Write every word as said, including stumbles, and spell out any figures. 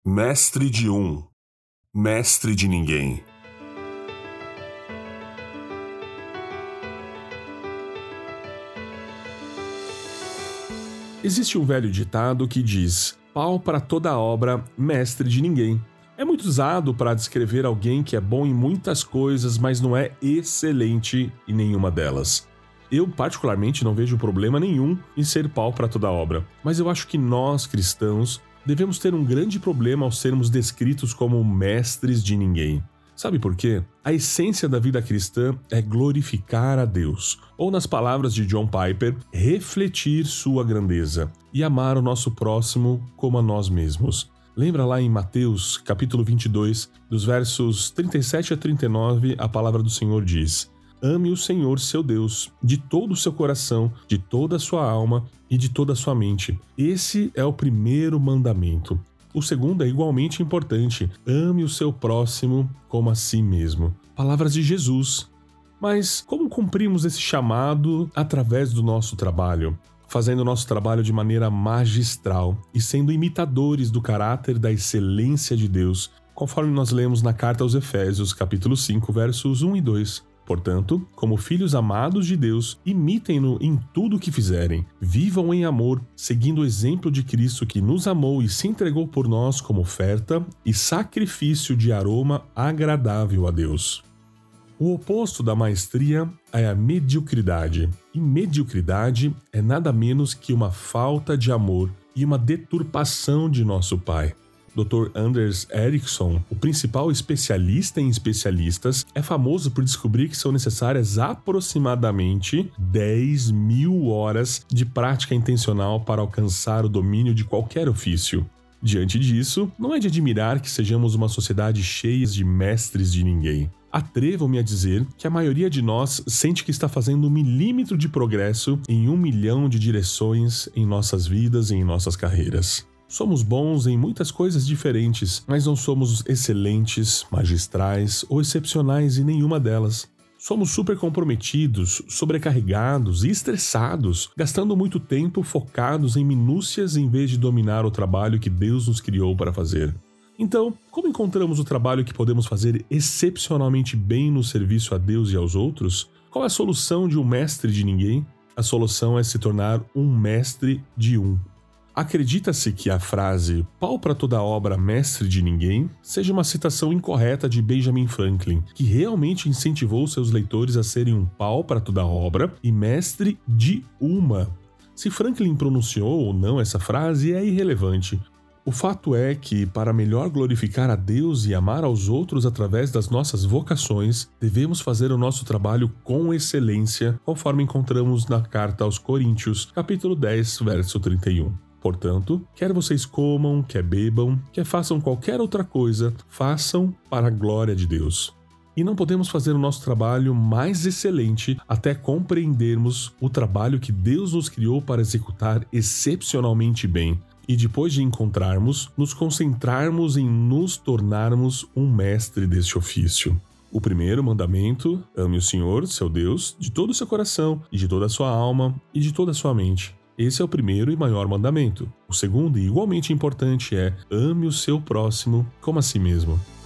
Mestre de um, mestre de ninguém. Existe um velho ditado que diz: pau para toda obra, mestre de ninguém. É muito usado para descrever alguém que é bom em muitas coisas, mas não é excelente em nenhuma delas. Eu, particularmente, não vejo problema nenhum em ser pau para toda obra, mas eu acho que nós, cristãos, devemos ter um grande problema ao sermos descritos como mestres de ninguém. Sabe por quê? A essência da vida cristã é glorificar a Deus, ou nas palavras de John Piper, refletir sua grandeza e amar o nosso próximo como a nós mesmos. Lembra lá em Mateus, capítulo vinte e dois, dos versos trinta e sete a trinta e nove, a palavra do Senhor diz: ame o Senhor seu Deus de todo o seu coração, de toda a sua alma e de toda a sua mente. Esse é o primeiro mandamento. O segundo é igualmente importante: ame o seu próximo como a si mesmo. Palavras de Jesus. Mas como cumprimos esse chamado através do nosso trabalho? Fazendo o nosso trabalho de maneira magistral e sendo imitadores do caráter da excelência de Deus, conforme nós lemos na carta aos Efésios, capítulo cinco, versos um e dois. Portanto, como filhos amados de Deus, imitem-no em tudo o que fizerem. Vivam em amor, seguindo o exemplo de Cristo que nos amou e se entregou por nós como oferta e sacrifício de aroma agradável a Deus. O oposto da maestria é a mediocridade. E mediocridade é nada menos que uma falta de amor e uma deturpação de nosso Pai. doutor Anders Ericsson, o principal especialista em especialistas, é famoso por descobrir que são necessárias aproximadamente dez mil horas de prática intencional para alcançar o domínio de qualquer ofício. Diante disso, não é de admirar que sejamos uma sociedade cheia de mestres de ninguém. Atrevo-me a dizer que a maioria de nós sente que está fazendo um milímetro de progresso em um milhão de direções em nossas vidas e em nossas carreiras. Somos bons em muitas coisas diferentes, mas não somos excelentes, magistrais ou excepcionais em nenhuma delas. Somos super comprometidos, sobrecarregados e estressados, gastando muito tempo focados em minúcias em vez de dominar o trabalho que Deus nos criou para fazer. Então, como encontramos o trabalho que podemos fazer excepcionalmente bem no serviço a Deus e aos outros? Qual é a solução de um mestre de ninguém? A solução é se tornar um mestre de um. Acredita-se que a frase "pau para toda obra, mestre de ninguém" seja uma citação incorreta de Benjamin Franklin, que realmente incentivou seus leitores a serem um pau para toda obra e mestre de uma. Se Franklin pronunciou ou não essa frase é irrelevante. O fato é que, para melhor glorificar a Deus e amar aos outros através das nossas vocações, devemos fazer o nosso trabalho com excelência, conforme encontramos na carta aos Coríntios, capítulo dez, verso trinta e um. Portanto, quer vocês comam, quer bebam, quer façam qualquer outra coisa, façam para a glória de Deus. E não podemos fazer o nosso trabalho mais excelente até compreendermos o trabalho que Deus nos criou para executar excepcionalmente bem. E depois de encontrarmos, nos concentrarmos em nos tornarmos um mestre deste ofício. O primeiro mandamento: ame o Senhor, seu Deus, de todo o seu coração, e de toda a sua alma, e de toda a sua mente. Esse é o primeiro e maior mandamento. O segundo, e igualmente importante, é: ame o seu próximo como a si mesmo.